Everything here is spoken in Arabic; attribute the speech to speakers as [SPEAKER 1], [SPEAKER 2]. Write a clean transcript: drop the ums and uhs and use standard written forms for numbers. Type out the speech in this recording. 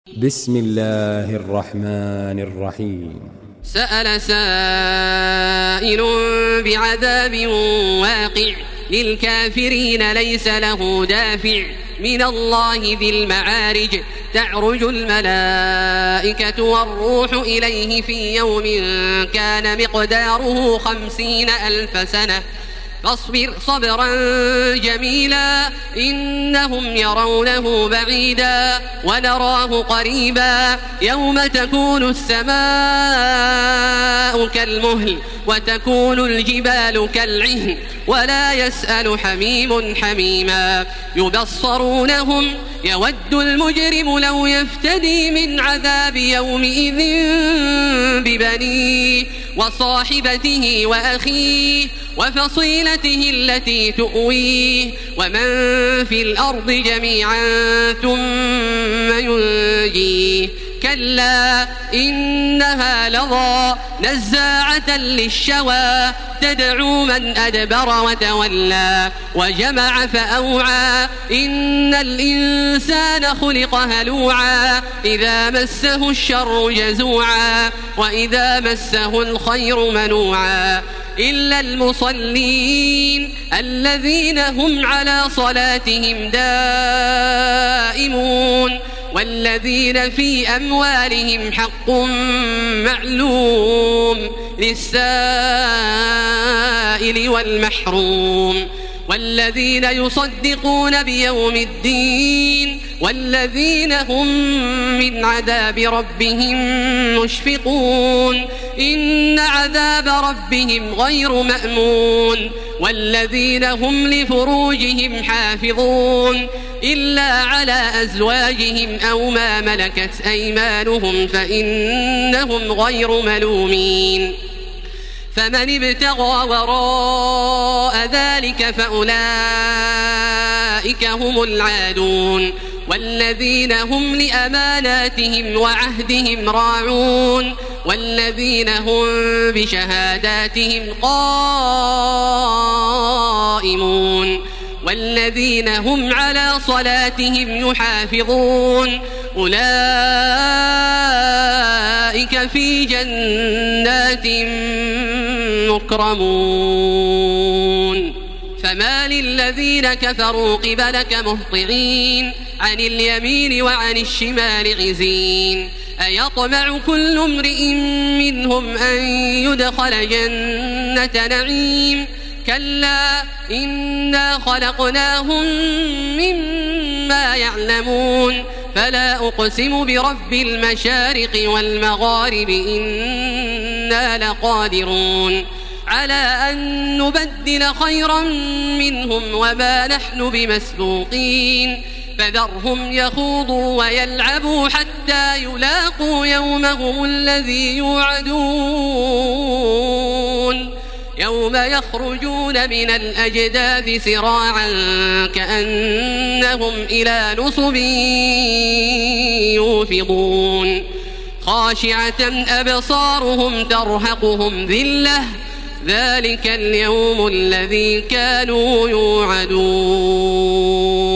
[SPEAKER 1] بسم الله الرحمن الرحيم.
[SPEAKER 2] سأل سائل بعذاب واقع للكافرين ليس له دافع من الله ذي المعارج تعرج الملائكة والروح إليه في يوم كان مقداره 50,000 سنة فاصبر صبرا جميلا إنهم يرونه بعيدا ونراه قريبا يوم تكون السماء كالمهل وتكون الجبال كالعهن ولا يسأل حميم حميما يبصرونهم يود المجرم لو يفتدي من عذاب يومئذ ببنيه وصاحبته وأخيه وفصيلته التي تؤويه ومن في الأرض جميعا ثم ينجيه كلا إنها لظى نزاعة للشوى تدعو من أدبر وتولى وجمع فأوعى إن الإنسان خلق هلوعا إذا مسه الشر جزوعا وإذا مسه الخير منوعا إلا المصلين الذين هم على صلاتهم دائمون والذين في أموالهم حق معلوم للسائل والمحروم والذين يصدقون بيوم الدين والذين هم من عذاب ربهم مشفقون إن عذاب ربهم غير مأمون والذين هم لفروجهم حافظون إلا على أزواجهم أو ما ملكت أيمانهم فإنهم غير ملومين فمن ابتغى وراء ذلك فأولئك هم العادون والذين هم لأماناتهم وعهدهم راعون والذين هم بشهاداتهم قائمون والذين هم على صلاتهم يحافظون أولئك في جنات مكرمون فما للذين كفروا قبلك مهطعين عن اليمين وعن الشمال عزين أيطمع كل امرئ منهم أن يدخل جنة نعيم كلا إنا خلقناهم مما يعلمون فلا أقسم برب المشارق والمغارب إنا لقادرون على أن نبدل خيرا منهم وما نحن بمسبوقين فذرهم يخوضوا ويلعبوا حتى يلاقوا يومهم الذي يوعدون يوم يخرجون من الأجداث سراعا كأنهم إلى نصب يوفضون خاشعة أبصارهم ترهقهم ذلة ذلك اليوم الذي كانوا يوعدون.